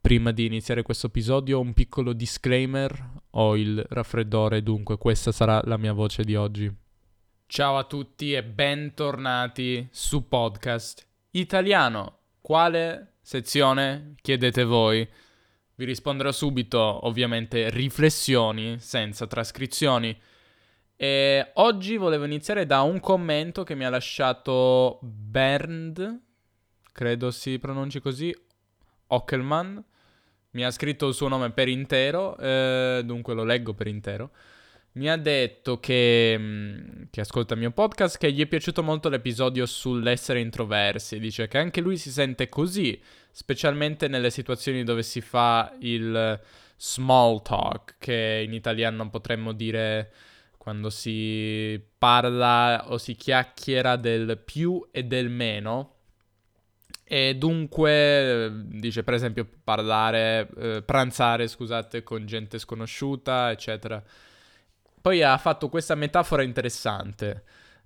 Prima di iniziare questo episodio un piccolo disclaimer, ho il raffreddore, dunque questa sarà la mia voce di oggi. Ciao a tutti e bentornati su Podcast Italiano. Quale sezione chiedete voi? Vi risponderò subito, ovviamente riflessioni senza trascrizioni. E oggi volevo iniziare da un commento che mi ha lasciato Bernd, credo si pronunci così, Ockelman. Mi ha scritto il suo nome per intero, dunque lo leggo per intero. Mi ha detto che ascolta il mio podcast, che gli è piaciuto molto l'episodio sull'essere introversi. Dice che anche lui si sente così, specialmente nelle situazioni dove si fa il small talk, che in italiano potremmo dire quando si parla o si chiacchiera del più e del meno. E dunque, dice per esempio pranzare, scusate, con gente sconosciuta, eccetera. Poi ha fatto questa metafora interessante,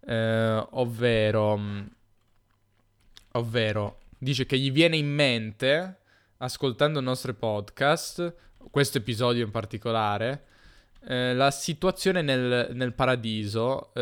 ovvero, dice che gli viene in mente, ascoltando i nostri podcast, questo episodio in particolare, la situazione nel paradiso,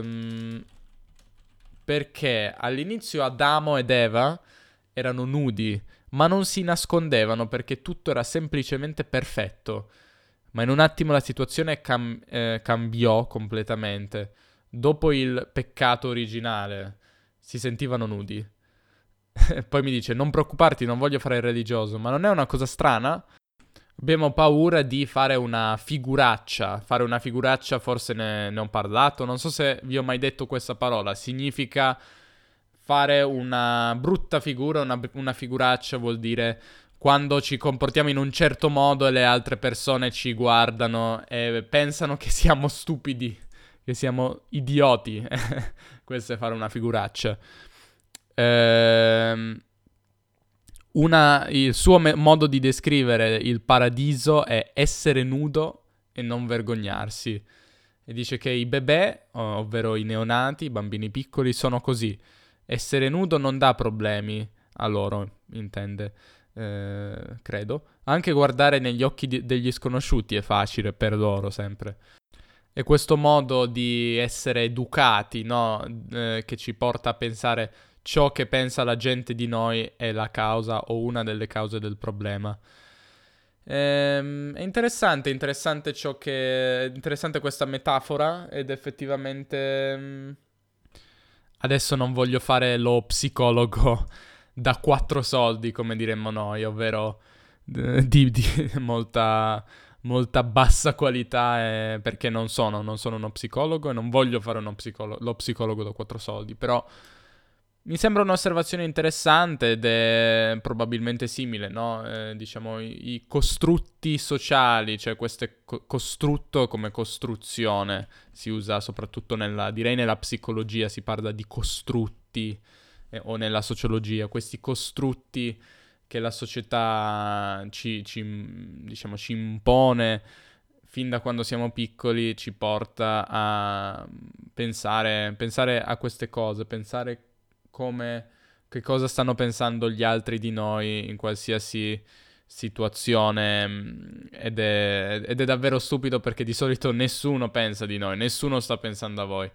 perché all'inizio Adamo ed Eva erano nudi, ma non si nascondevano perché tutto era semplicemente perfetto. Ma in un attimo la situazione cambiò completamente. Dopo il peccato originale si sentivano nudi. Poi mi dice, non preoccuparti, non voglio fare il religioso, ma non è una cosa strana? Abbiamo paura di fare una figuraccia. Fare una figuraccia, forse ne ho parlato. Non so se vi ho mai detto questa parola. Significa fare una brutta figura, una figuraccia vuol dire quando ci comportiamo in un certo modo e le altre persone ci guardano e pensano che siamo stupidi, che siamo idioti. Questo è fare una figuraccia. Il suo modo di descrivere il paradiso è essere nudo e non vergognarsi. E dice che i bebè, ovvero i neonati, i bambini piccoli, sono così. Essere nudo non dà problemi a loro, intende, credo. Anche guardare negli occhi degli sconosciuti è facile per loro sempre. E questo modo di essere educati, no? Che ci porta a pensare ciò che pensa la gente di noi è la causa o una delle cause del problema. È interessante interessante questa metafora ed effettivamente adesso non voglio fare lo psicologo da 4 soldi, come diremmo noi, ovvero di molta bassa qualità, perché non sono uno psicologo e non voglio fare lo psicologo da 4 soldi, però mi sembra un'osservazione interessante ed è probabilmente simile, no? Diciamo i costrutti sociali, cioè questo costrutto come costruzione si usa soprattutto direi nella psicologia, si parla di costrutti o nella sociologia, questi costrutti che la società diciamo, ci impone fin da quando siamo piccoli, ci porta a pensare a queste cose, pensare che cosa stanno pensando gli altri di noi in qualsiasi situazione, ed è davvero stupido perché di solito nessuno pensa di noi, nessuno sta pensando a voi.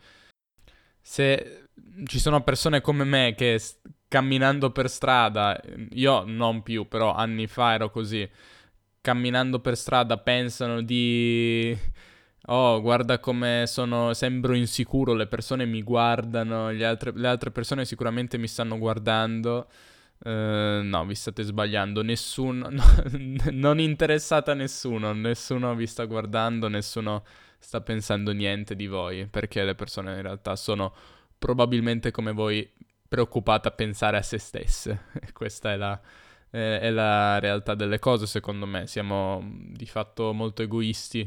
Se ci sono persone come me che camminando per strada, io non più, però anni fa ero così, camminando per strada pensano di oh, guarda come sembro insicuro, le persone mi guardano, le altre persone sicuramente mi stanno guardando. No, vi state sbagliando, nessuno, no, non interessata a nessuno vi sta guardando, nessuno sta pensando niente di voi, perché le persone in realtà sono probabilmente come voi preoccupate a pensare a se stesse. Questa è la realtà delle cose, secondo me, siamo di fatto molto egoisti.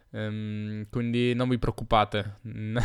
Quindi non vi preoccupate.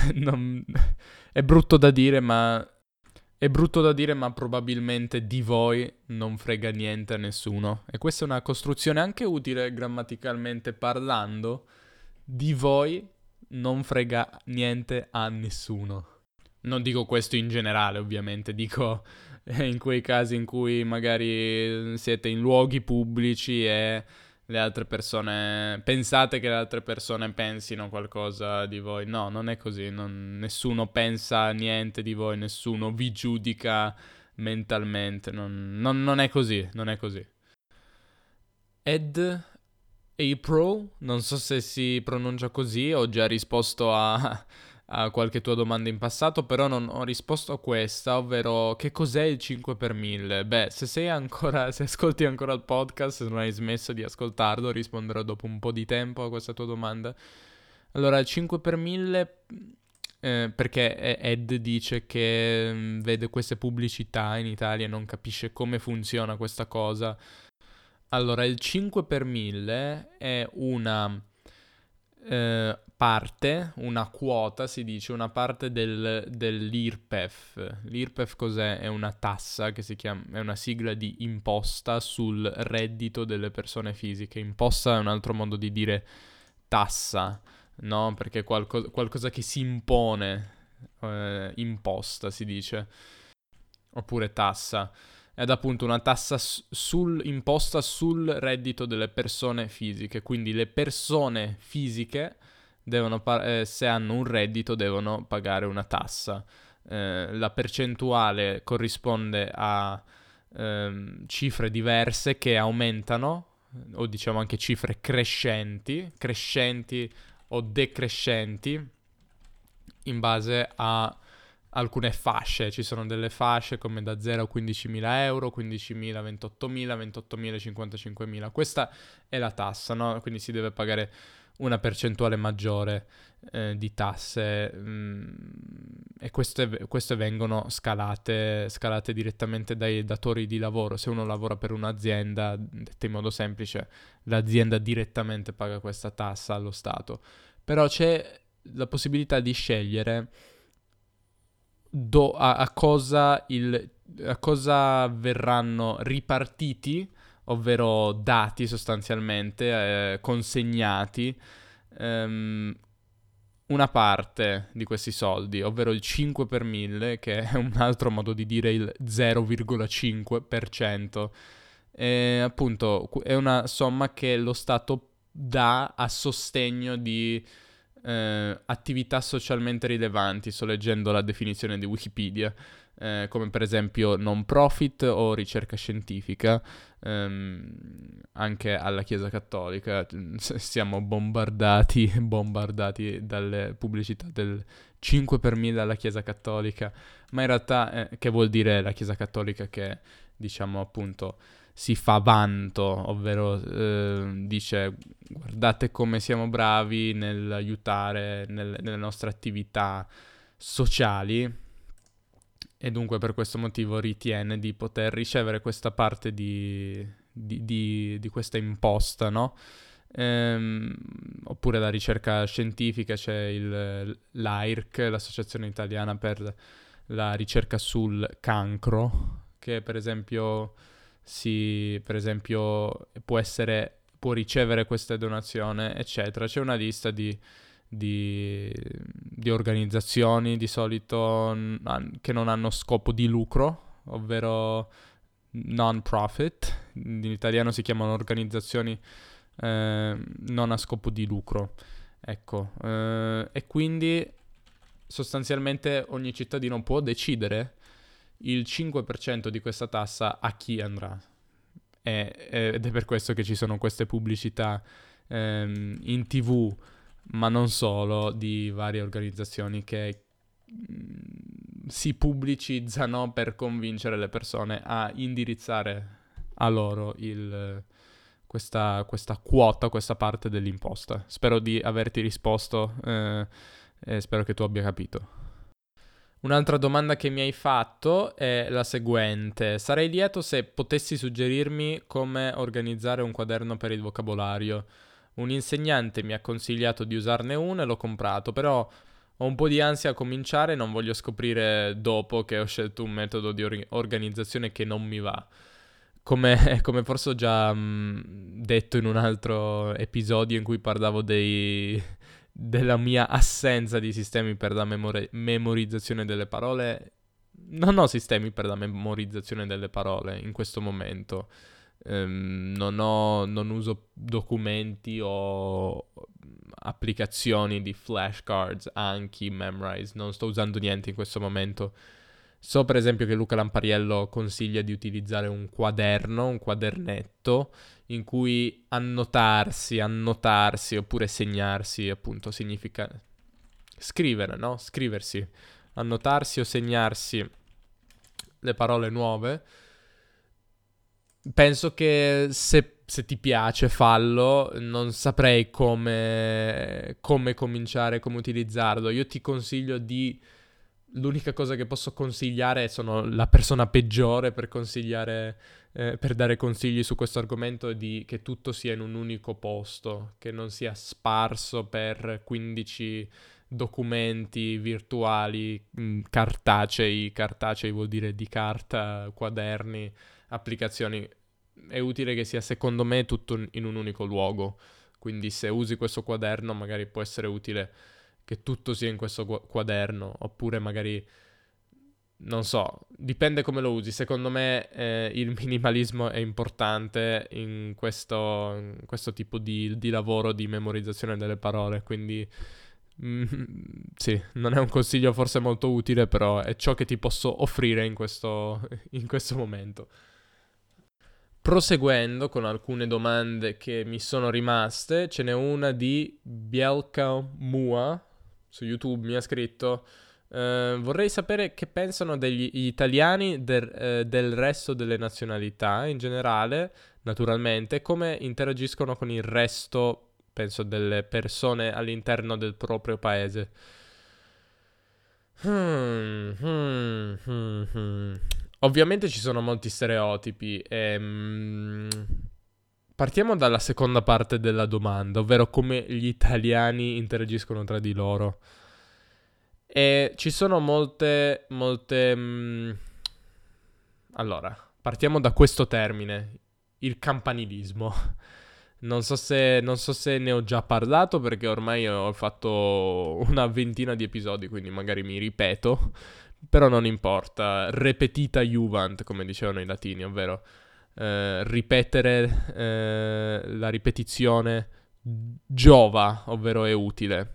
È brutto da dire, ma probabilmente di voi non frega niente a nessuno. E questa è una costruzione anche utile grammaticalmente parlando. Di voi non frega niente a nessuno. Non dico questo in generale, ovviamente, dico in quei casi in cui magari siete in luoghi pubblici e le altre persone, pensate che le altre persone pensino qualcosa di voi. No, non è così, nessuno pensa niente di voi, nessuno vi giudica mentalmente, non è così, non è così. Ed April, non so se si pronuncia così, ho già risposto a qualche tua domanda in passato, però non ho risposto a questa, ovvero che cos'è il 5 per 1000? Beh, se ascolti ancora il podcast, se non hai smesso di ascoltarlo, risponderò dopo un po' di tempo a questa tua domanda. Allora, il 5 per 1000, perché Ed dice che vede queste pubblicità in Italia e non capisce come funziona questa cosa. Allora, il 5 per 1000 è una parte, una quota, si dice, una parte dell'IRPEF. L'IRPEF cos'è? È una tassa che si chiama, è una sigla di imposta sul reddito delle persone fisiche. Imposta è un altro modo di dire tassa, no? Perché è qualcosa che si impone, imposta si dice, oppure tassa. Ed appunto una tassa imposta sul reddito delle persone fisiche. Quindi le persone fisiche devono se hanno un reddito devono pagare una tassa. La percentuale corrisponde a cifre diverse che aumentano, o diciamo anche cifre crescenti o decrescenti in base a alcune fasce. Ci sono delle fasce come da 0 a 15.000 euro, 15.000, 28.000, 28.000, 55.000. Questa è la tassa, no? Quindi si deve pagare una percentuale maggiore di tasse e queste vengono scalate direttamente dai datori di lavoro. Se uno lavora per un'azienda, detto in modo semplice, l'azienda direttamente paga questa tassa allo Stato. Però c'è la possibilità di scegliere a cosa verranno ripartiti, ovvero dati sostanzialmente, consegnati, una parte di questi soldi, ovvero il 5 per 1000, che è un altro modo di dire il 0,5%. Appunto, è una somma che lo Stato dà a sostegno di attività socialmente rilevanti. Sto leggendo la definizione di Wikipedia, come per esempio non profit o ricerca scientifica. Anche alla Chiesa Cattolica siamo bombardati dalle pubblicità del 5 per 1000 alla Chiesa Cattolica, ma in realtà che vuol dire la Chiesa Cattolica? Che diciamo appunto si fa vanto, ovvero dice guardate come siamo bravi nell'aiutare nelle nostre attività sociali, e dunque per questo motivo ritiene di poter ricevere questa parte di questa imposta, no? Oppure la ricerca scientifica, c'è l'AIRC, l'Associazione Italiana per la ricerca sul cancro, che per esempio può ricevere queste donazioni, eccetera. C'è una lista di organizzazioni di solito che non hanno scopo di lucro, ovvero non-profit. In italiano si chiamano organizzazioni non a scopo di lucro. Ecco, e quindi sostanzialmente ogni cittadino può decidere il 5% di questa tassa a chi andrà. Ed è per questo che ci sono queste pubblicità in TV, ma non solo, di varie organizzazioni che si pubblicizzano per convincere le persone a indirizzare a loro questa quota, questa parte dell'imposta. Spero di averti risposto e spero che tu abbia capito. Un'altra domanda che mi hai fatto è la seguente. Sarei lieto se potessi suggerirmi come organizzare un quaderno per il vocabolario. Un insegnante mi ha consigliato di usarne uno e l'ho comprato, però ho un po' di ansia a cominciare e non voglio scoprire dopo che ho scelto un metodo di organizzazione che non mi va. Come forse ho già detto in un altro episodio in cui parlavo della mia assenza di sistemi per la memorizzazione delle parole, Non ho sistemi per la memorizzazione delle parole in questo momento. Non uso documenti o applicazioni di flashcards, Anki, Memrise. Non sto usando niente in questo momento. So per esempio che Luca Lampariello consiglia di utilizzare un quaderno, un quadernetto, in cui annotarsi oppure segnarsi, appunto, significa scrivere, no? Scriversi, annotarsi o segnarsi le parole nuove. Penso che se ti piace fallo, non saprei come cominciare, come utilizzarlo. Io ti consiglio di... L'unica cosa che posso consigliare, sono la persona peggiore per consigliare, per dare consigli su questo argomento, di che tutto sia in un unico posto, che non sia sparso per 15 documenti virtuali, cartacei vuol dire di carta, quaderni, applicazioni. È utile che sia, secondo me, tutto in un unico luogo. Quindi se usi questo quaderno magari può essere utile che tutto sia in questo quaderno, oppure magari, non so, dipende come lo usi. Secondo me il minimalismo è importante in questo tipo di lavoro di memorizzazione delle parole, quindi sì, non è un consiglio forse molto utile, però è ciò che ti posso offrire in questo momento. Proseguendo con alcune domande che mi sono rimaste, ce n'è una di Bielka Mua, su YouTube mi ha scritto: vorrei sapere che pensano degli italiani del resto delle nazionalità in generale, naturalmente, come interagiscono con il resto, penso, delle persone all'interno del proprio paese. Ovviamente ci sono molti stereotipi. Partiamo dalla seconda parte della domanda, ovvero come gli italiani interagiscono tra di loro. E ci sono allora, partiamo da questo termine, il campanilismo. Non so se ne ho già parlato, perché ormai ho fatto una ventina di episodi, quindi magari mi ripeto, però non importa. Repetita juvant, come dicevano i latini, ovvero ripetere, la ripetizione giova, ovvero è utile.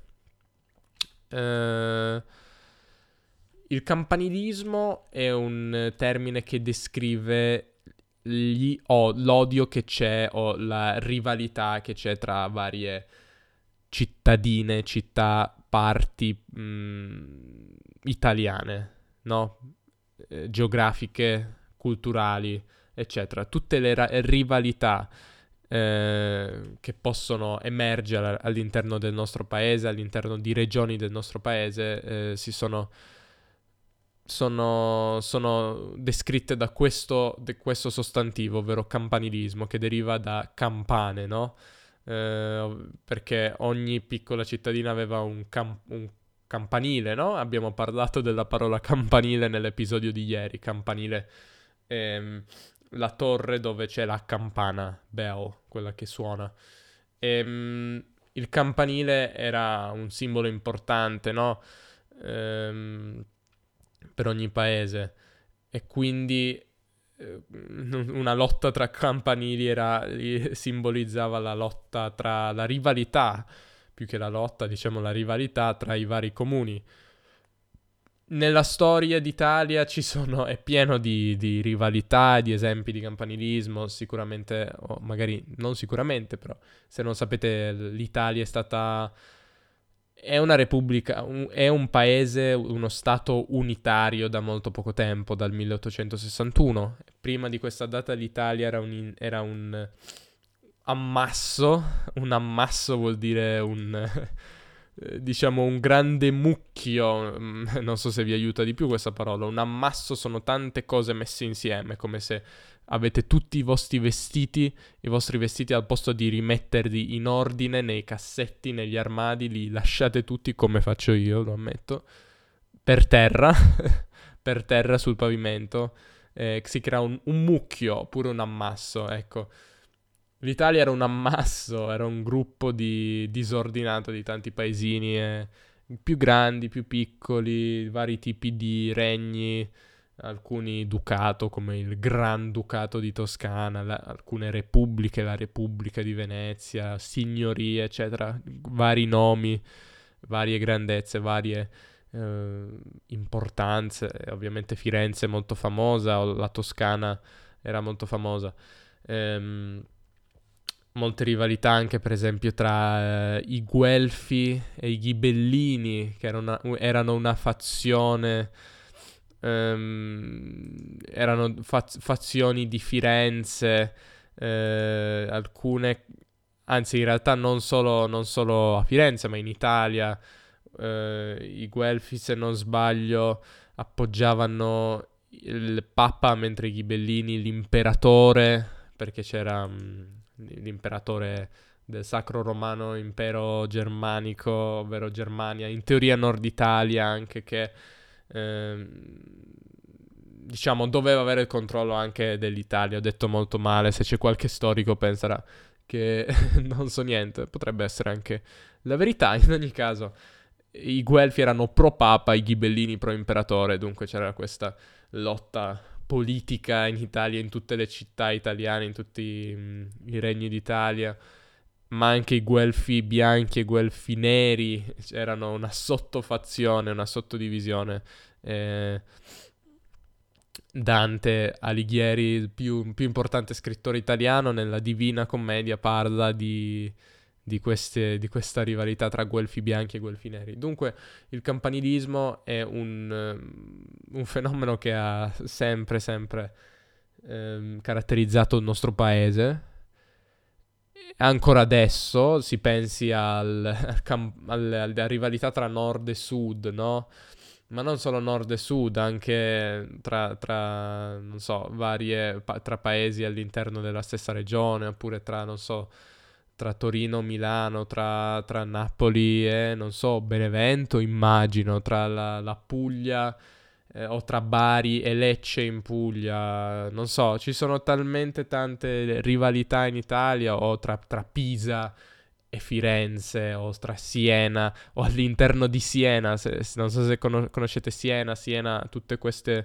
Eh, il campanilismo è un termine che descrive l'odio che c'è o la rivalità che c'è tra varie cittadine, città, parti italiane, no? Geografiche, culturali, eccetera. Tutte le rivalità che possono emergere all'interno del nostro paese, all'interno di regioni del nostro paese, sono descritte da questo sostantivo, ovvero campanilismo, che deriva da campane, no? Perché ogni piccola cittadina aveva un campanile, no? Abbiamo parlato della parola campanile nell'episodio di ieri. Campanile, ehm, la torre dove c'è la campana, bell, quella che suona. Il campanile era un simbolo importante, no? Ehm, per ogni paese, e quindi una lotta tra campanili simbolizzava la lotta tra la rivalità, più che la lotta, diciamo la rivalità tra i vari comuni. Nella storia d'Italia è pieno di rivalità, di esempi di campanilismo, sicuramente, o magari non sicuramente, però se non sapete, l'Italia è una repubblica, è un paese, uno stato unitario da molto poco tempo, dal 1861. Prima di questa data l'Italia era un ammasso. Un ammasso vuol dire diciamo un grande mucchio. Non so se vi aiuta di più questa parola. Un ammasso sono tante cose messe insieme, come se avete tutti i vostri vestiti, al posto di rimetterli in ordine nei cassetti, negli armadi, li lasciate tutti, come faccio io, lo ammetto, per terra, per terra sul pavimento. Si crea un mucchio, oppure un ammasso, ecco. L'Italia era un ammasso, era un gruppo disordinato di tanti paesini, più grandi, più piccoli, vari tipi di regni, alcuni ducato come il Granducato di Toscana, alcune repubbliche, la Repubblica di Venezia, signorie, eccetera, vari nomi, varie grandezze, varie importanze. Ovviamente Firenze è molto famosa, o la Toscana era molto famosa. Molte rivalità anche per esempio tra i Guelfi e i Ghibellini, che erano una fazione, erano fazioni di Firenze, alcune, anzi in realtà non solo a Firenze ma in Italia. I Guelfi, se non sbaglio, appoggiavano il Papa, mentre i Ghibellini l'imperatore, perché c'era l'imperatore del Sacro Romano Impero Germanico, ovvero Germania, in teoria Nord Italia anche, che diciamo doveva avere il controllo anche dell'Italia. Ho detto molto male, se c'è qualche storico penserà che non so niente, potrebbe essere anche la verità. In ogni caso i Guelfi erano pro Papa, i Ghibellini pro Imperatore, dunque c'era questa lotta politica in Italia, in tutte le città italiane, in tutti i regni d'Italia, ma anche i Guelfi bianchi e i Guelfi neri erano una sottofazione, una sottodivisione. Dante Alighieri, il più importante scrittore italiano, nella Divina Commedia parla di questa rivalità tra Guelfi bianchi e Guelfi neri. Dunque il campanilismo è un fenomeno che ha sempre caratterizzato il nostro paese. Ancora adesso si pensi alla rivalità tra nord e sud, no? Ma non solo nord e sud, anche tra non so, tra paesi all'interno della stessa regione, oppure tra, non so, tra Torino, Milano, tra Napoli e, non so, Benevento, immagino, tra la Puglia, o tra Bari e Lecce in Puglia, non so, ci sono talmente tante rivalità in Italia, o tra Pisa e Firenze, o tra Siena, o all'interno di Siena, non so se conoscete Siena, tutte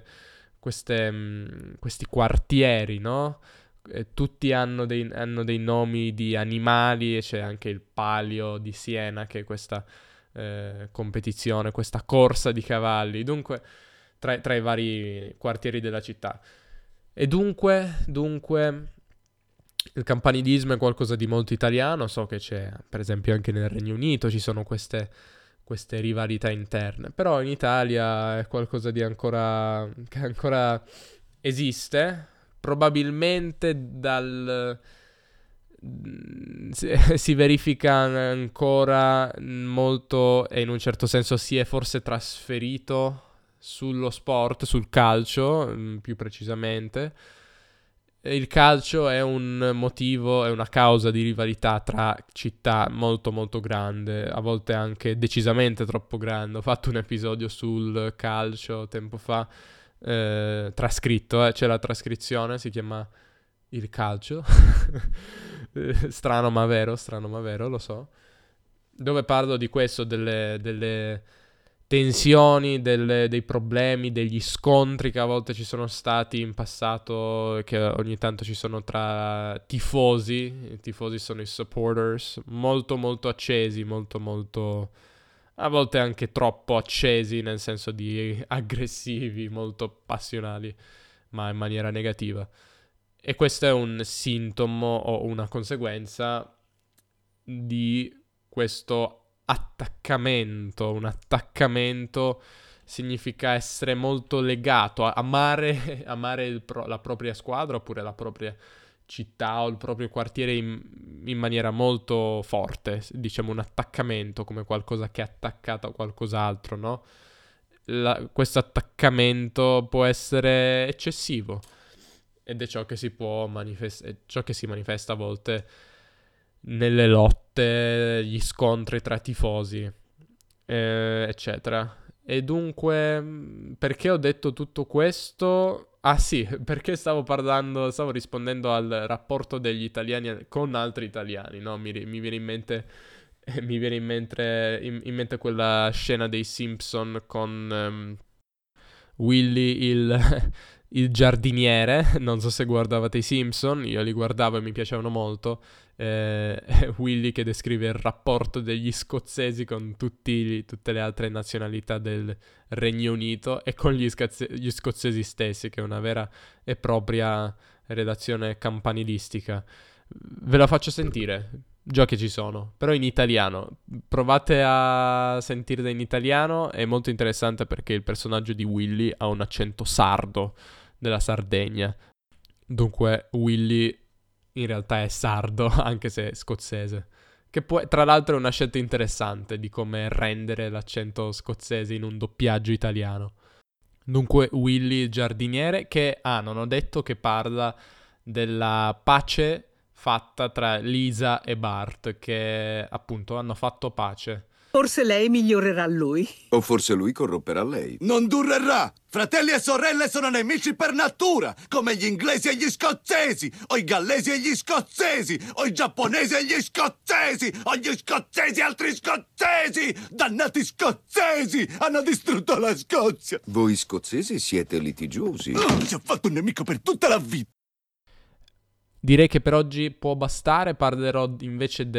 questi quartieri, no? Tutti hanno dei nomi di animali, e c'è anche il Palio di Siena, che è questa competizione, questa corsa di cavalli, dunque tra i vari quartieri della città. E dunque, il campanilismo è qualcosa di molto italiano. So che c'è, per esempio, anche nel Regno Unito ci sono queste rivalità interne, però in Italia è qualcosa che ancora esiste, probabilmente si verifica ancora molto, e in un certo senso si è forse trasferito sullo sport, sul calcio, più precisamente. Il calcio è un motivo, è una causa di rivalità tra città molto molto grande, a volte anche decisamente troppo grande. Ho fatto un episodio sul calcio tempo fa, trascritto, c'è la trascrizione, si chiama Il calcio. Strano ma vero, lo so. Dove parlo di questo, delle tensioni, dei problemi, degli scontri che a volte ci sono stati in passato, che ogni tanto ci sono tra tifosi. I tifosi sono i supporters, molto molto accesi, molto molto, a volte anche troppo accesi, nel senso di aggressivi, molto passionali, ma in maniera negativa. E questo è un sintomo o una conseguenza di questo attaccamento. Un attaccamento significa essere molto legato, amare la propria squadra, oppure la propria città o il proprio quartiere in maniera molto forte. Diciamo un attaccamento, come qualcosa che è attaccato a qualcos'altro, no? Questo attaccamento può essere eccessivo, ed è ciò che ciò che si manifesta a volte nelle lotte, gli scontri tra tifosi, eccetera. E dunque, perché ho detto tutto questo? Ah sì, perché stavo rispondendo al rapporto degli italiani con altri italiani, no? Mi viene in mente, in mente quella scena dei Simpson con Willy il giardiniere, non so se guardavate i Simpson, io li guardavo e mi piacevano molto, Willy che descrive il rapporto degli scozzesi con tutte le altre nazionalità del Regno Unito e con gli scozzesi stessi, che è una vera e propria redazione campanilistica. Ve la faccio sentire, già che ci sono, però in italiano. Provate a sentirla in italiano, è molto interessante perché il personaggio di Willy ha un accento sardo della Sardegna. Dunque Willy in realtà è sardo, anche se è scozzese. Che poi, tra l'altro, è una scelta interessante di come rendere l'accento scozzese in un doppiaggio italiano. Dunque Willy il giardiniere che, non ho detto che parla della pace fatta tra Lisa e Bart, che appunto hanno fatto pace. Forse lei migliorerà lui. O forse lui corromperà lei. Non durerà! Fratelli e sorelle sono nemici per natura, come gli inglesi e gli scozzesi, o i gallesi e gli scozzesi, o i giapponesi e gli scozzesi, o gli scozzesi e altri scozzesi! Dannati scozzesi! Hanno distrutto la Scozia! Voi scozzesi siete litigiosi. Si è fatto un nemico per tutta la vita! Direi che per oggi può bastare, parlerò invece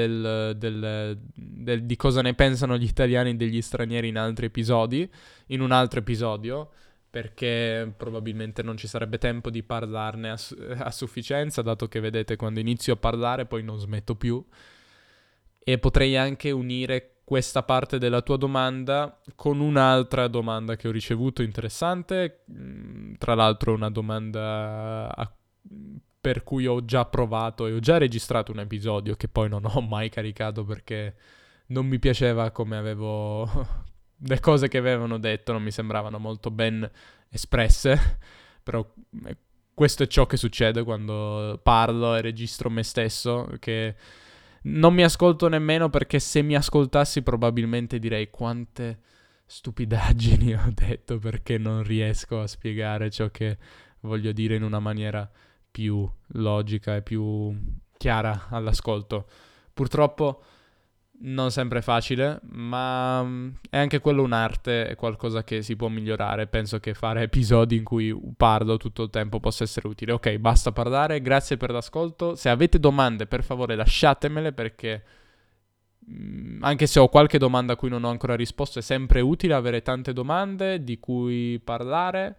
di cosa ne pensano gli italiani degli stranieri in un altro episodio, perché probabilmente non ci sarebbe tempo di parlarne a sufficienza, dato che vedete quando inizio a parlare poi non smetto più. E potrei anche unire questa parte della tua domanda con un'altra domanda che ho ricevuto interessante, tra l'altro una domanda per cui ho già provato e ho già registrato un episodio che poi non ho mai caricato perché non mi piaceva come avevo... le cose che avevano detto non mi sembravano molto ben espresse, però questo è ciò che succede quando parlo e registro me stesso, che non mi ascolto nemmeno, perché se mi ascoltassi probabilmente direi quante stupidaggini ho detto, perché non riesco a spiegare ciò che voglio dire in una maniera più logica e più chiara all'ascolto. Purtroppo non sempre è facile, ma è anche quello un'arte, è qualcosa che si può migliorare. Penso che fare episodi in cui parlo tutto il tempo possa essere utile. Ok, basta parlare, grazie per l'ascolto. Se avete domande, per favore lasciatemele, perché anche se ho qualche domanda a cui non ho ancora risposto, è sempre utile avere tante domande di cui parlare.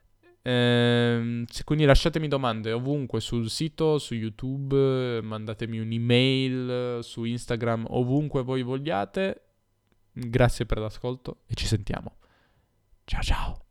Quindi lasciatemi domande ovunque, sul sito, su YouTube, mandatemi un'email, su Instagram, ovunque voi vogliate. Grazie per l'ascolto e ci sentiamo. Ciao ciao.